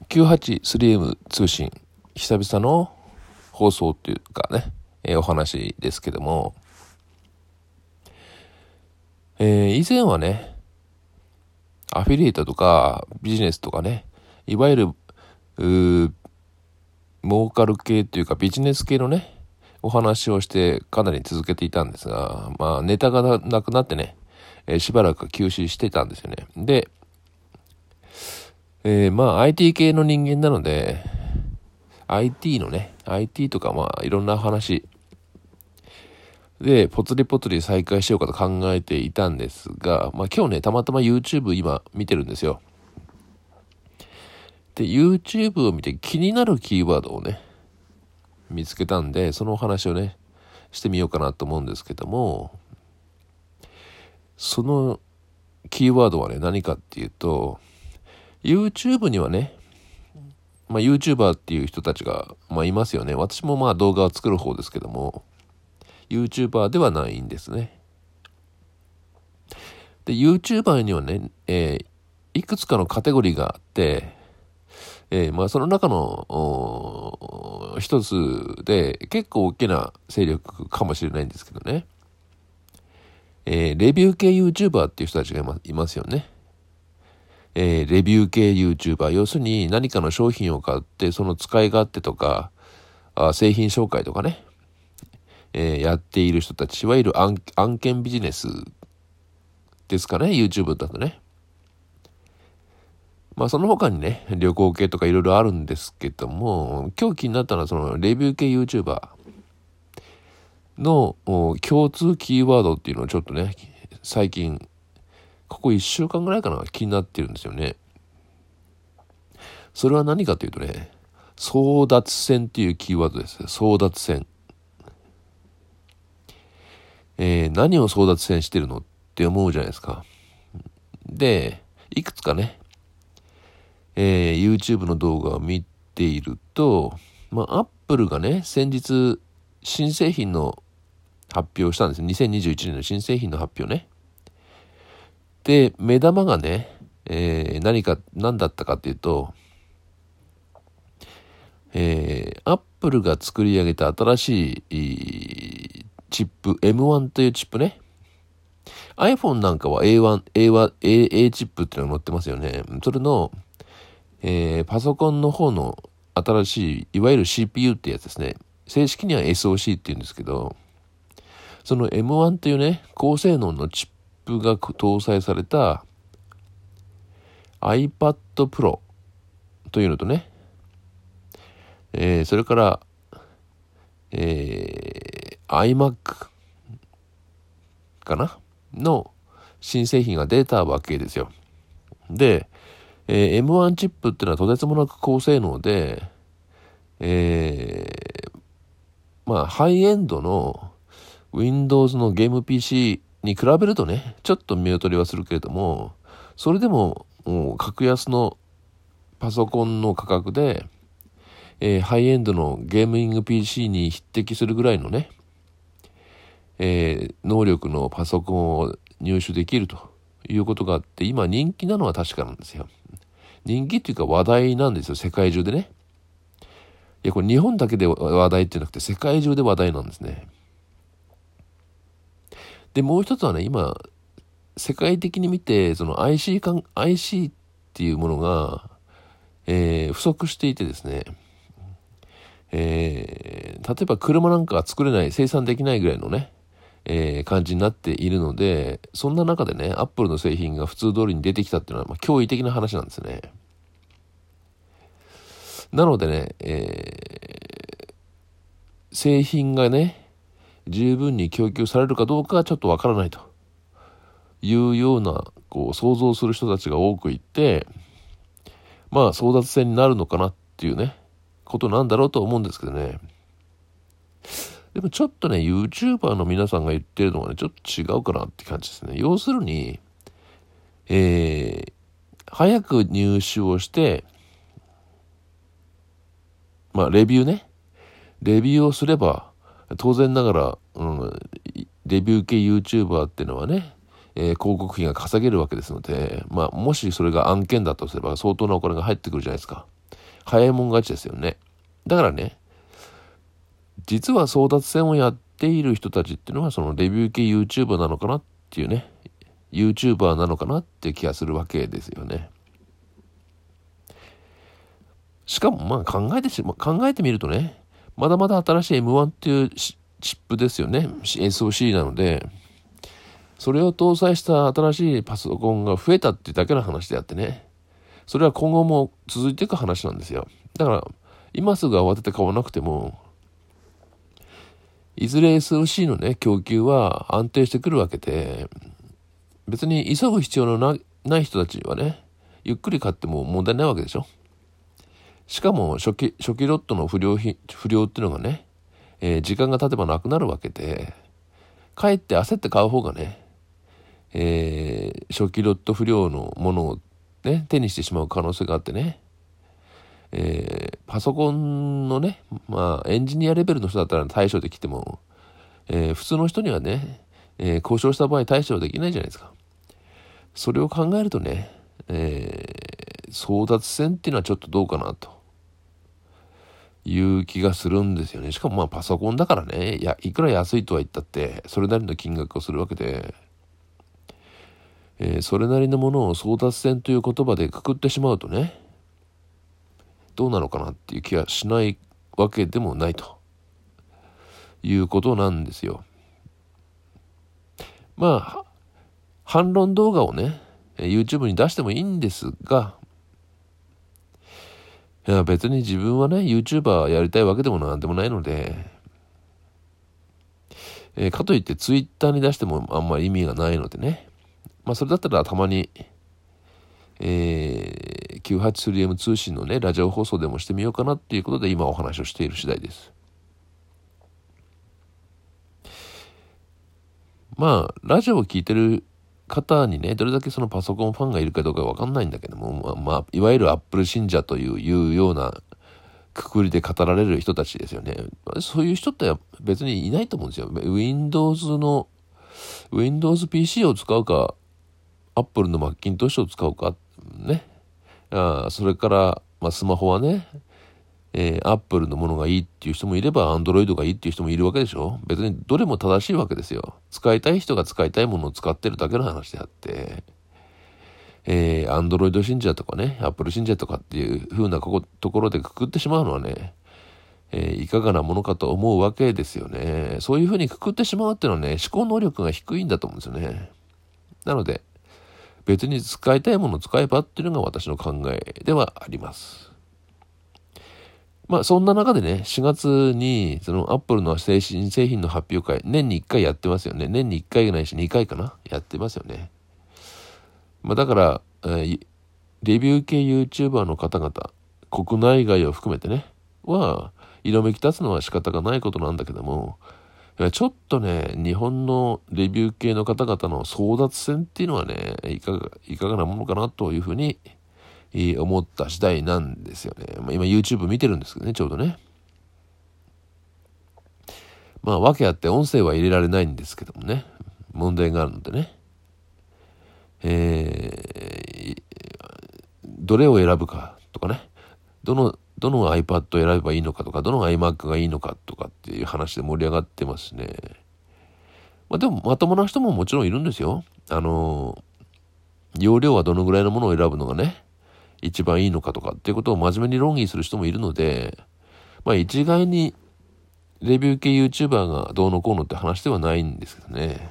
98-3M 通信、久々の放送っていうかね、お話ですけども、以前はね、アフィリエイトとかビジネスとかね、いわゆる儲かる系っていうかビジネス系のね、お話をしてかなり続けていたんですが、まあネタがなくなってね、しばらく休止してたんですよね。で、まあ IT 系の人間なので、IT とかまあいろんな話でポツリポツリ再開しようかと考えていたんですが、まあ今日ね、たまたま YouTube 今見てるんですよ。で、YouTube を見て気になるキーワードをね、見つけたんで、そのお話をね、してみようかなと思うんですけども、そのキーワードはね、何かっていうと、YouTube にはね、まあ YouTuber っていう人たちが、まあいますよね。私もまあ動画を作る方ですけども、YouTuber ではないんですね。で、YouTuber にはね、いくつかのカテゴリーがあって、まあその中の一つで結構大きな勢力かもしれないんですけどね。レビュー系 YouTuber っていう人たちがいますよね。レビュー系 YouTuber、要するに何かの商品を買ってその使い勝手とか製品紹介とかね、やっている人たち、いわゆる案件ビジネスですかね、YouTube だとね。まあその他にね、旅行系とかいろいろあるんですけども、今日気になったのはそのレビュー系 YouTuber の共通キーワードっていうのをちょっとね、最近、ここ1週間ぐらいかな、気になってるんですよね。それは何かというとね、争奪戦っていうキーワードです。争奪戦。何を争奪戦してるのって思うじゃないですか。で、いくつかね、YouTube の動画を見ていると、まあ、Apple がね、先日、新製品の発表をしたんですよ。2021年の新製品の発表ね。で、目玉がね、何だったかっていうと、Apple が作り上げた新しいチップ、M1 というチップね。iPhone なんかは A チップっていうのが載ってますよね。それの、パソコンの方の新しい、いわゆる CPU ってやつですね。正式には SoC って言うんですけど、その M1 というね、高性能のチップが搭載された iPad Pro というのとね、それから、iMac かなの新製品が出たわけですよ。で、M1 チップっていうのはとてつもなく高性能で、まあハイエンドの Windows のゲーム PC に比べるとね、ちょっと見劣りはするけれども、それでも格安のパソコンの価格で、ハイエンドのゲーミング PC に匹敵するぐらいのね、能力のパソコンを入手できるということがあって、今人気なのは確かなんですよ。人気っていうか話題なんですよ、世界中でね。いや、これ日本だけで話題ってなくて世界中で話題なんですね。で、もう一つはね、今、世界的に見て、その IC っていうものが、不足していてですね、例えば車なんかは作れない、生産できないぐらいのね、感じになっているので、そんな中でね、アップルの製品が普通通りに出てきたっていうのは、まあ、驚異的な話なんですね。なのでね、製品がね、十分に供給されるかどうかはちょっとわからないというような、こう、想像する人たちが多くいて、まあ、争奪戦になるのかなっていうね、ことなんだろうと思うんですけどね。でもちょっとね、YouTuber の皆さんが言ってるのはね、ちょっと違うかなって感じですね。要するに、早く入手をして、まあ、レビューをすれば、当然ながら、レビュー系 YouTuber っていうのはね、広告費が稼げるわけですので、まあ、もしそれが案件だとすれば相当なお金が入ってくるじゃないですか。 早いもん勝ちですよね。だからね、実は争奪戦をやっている人たちっていうのはそのレビュー系 YouTuber なのかなっていうね、YouTuber なのかなって気がするわけですよね。しかもまあ考えてみるとね、まだまだ新しい M1 っていうチップですよね。SoC なので、それを搭載した新しいパソコンが増えたっていうだけの話であってね、それは今後も続いていく話なんですよ。だから今すぐ慌てて買わなくても、いずれ SoC のね、供給は安定してくるわけで、別に急ぐ必要のない人たちはね、ゆっくり買っても問題ないわけでしょ。しかも初期ロットの不良っていうのがね、時間が経てばなくなるわけで、かえって焦って買う方がね、初期ロット不良のものをね、手にしてしまう可能性があってね、パソコンのね、まあエンジニアレベルの人だったら対処できても、普通の人にはね、交渉した場合対処できないじゃないですか。それを考えるとね、争奪戦っていうのはちょっとどうかなという気がするんですよね。しかもまあパソコンだからね、いくら安いとは言ったってそれなりの金額をするわけで、それなりのものを争奪戦という言葉でくくってしまうとね、どうなのかなっていう気がしないわけでもないということなんですよ。まあ反論動画をね YouTube に出してもいいんですが、いや別に自分はね YouTuber やりたいわけでもなんでもないので、かといって Twitter に出してもあんまり意味がないのでね、まあそれだったらたまに、983M 通信のねラジオ放送でもしてみようかなっていうことで今お話をしている次第です。まあラジオを聞いてる方にねどれだけそのパソコンファンがいるかどうかわかんないんだけども、まあいわゆるアップル信者というようなくくりで語られる人たちですよね。そういう人って別にいないと思うんですよ。Windows PC を使うか Apple のマッキントッシュを使うかね、それから、まあ、スマホはね、Apple のものがいいっていう人もいれば Android がいいっていう人もいるわけでしょ。別にどれも正しいわけですよ。使いたい人が使いたいものを使ってるだけの話であって、Android 信者とかね Apple 信者とかっていう風なところでくくってしまうのはね、いかがなものかと思うわけですよね。そういう風にくくってしまうっていうのはね、思考能力が低いんだと思うんですよね。なので別に使いたいものを使えばっていうのが私の考えではあります。まあそんな中でね、4月にそのアップルの新製品の発表会、年に1回やってますよね。年に1回ないし2回かなやってますよね。まあだから、レビュー系 YouTuber の方々、国内外を含めてね、色めき立つのは仕方がないことなんだけども、ちょっとね、日本のレビュー系の方々の争奪戦っていうのはね、いかがなものかなというふうに思った次第なんですよね。まあ、今 YouTube 見てるんですけどね、ちょうどね。まあ訳あって音声は入れられないんですけどもね、問題があるのでね。どれを選ぶかとかね、どの iPad を選べばいいのかとか、どの iMac がいいのかとかっていう話で盛り上がってますね。まあでもまともな人ももちろんいるんですよ。容量はどのぐらいのものを選ぶのがね、一番いいのかとかっていうことを真面目に論議する人もいるので、まあ一概にレビュー系 YouTuber がどうのこうのって話ではないんですけどね。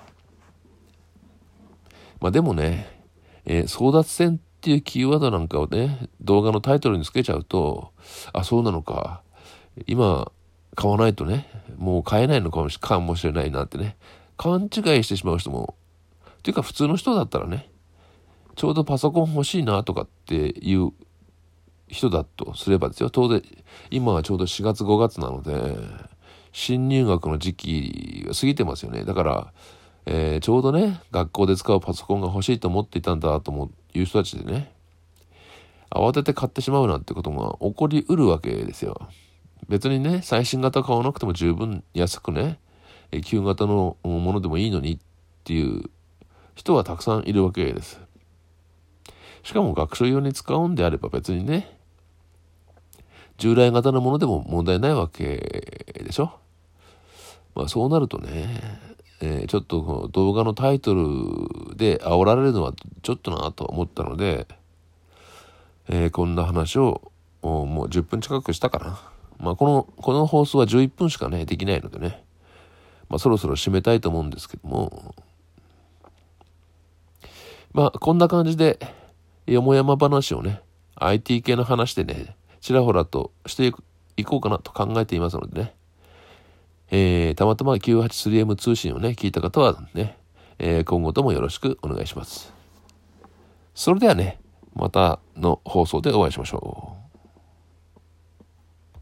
まあでもね、争奪戦っていうキーワードなんかをね、動画のタイトルにつけちゃうと、あ、そうなのか。今、買わないとね、もう買えないのかもしれないなってね、勘違いしてしまう人も、っていうか普通の人だったらね、ちょうどパソコン欲しいなとかっていう人だとすればですよ、当然、今はちょうど4月5月なので、新入学の時期が過ぎてますよね。だから、ちょうどね学校で使うパソコンが欲しいと思っていたんだという人たちでね、慌てて買ってしまうなんてことが起こりうるわけですよ。別にね最新型買わなくても十分安くね旧型のものでもいいのにっていう人はたくさんいるわけです。しかも学習用に使うんであれば別にね従来型のものでも問題ないわけでしょ。そうなるとね、ちょっとこの動画のタイトルで煽られるのはちょっとなと思ったので、こんな話をもう10分近くしたかな。この放送は11分しかねできないのでね、そろそろ締めたいと思うんですけども、こんな感じでよもやま話をね IT 系の話でねちらほらとしていこうかなと考えていますのでね、たまたま 983M 通信をね聞いた方はね、今後ともよろしくお願いします。それではね、またの放送でお会いしましょう。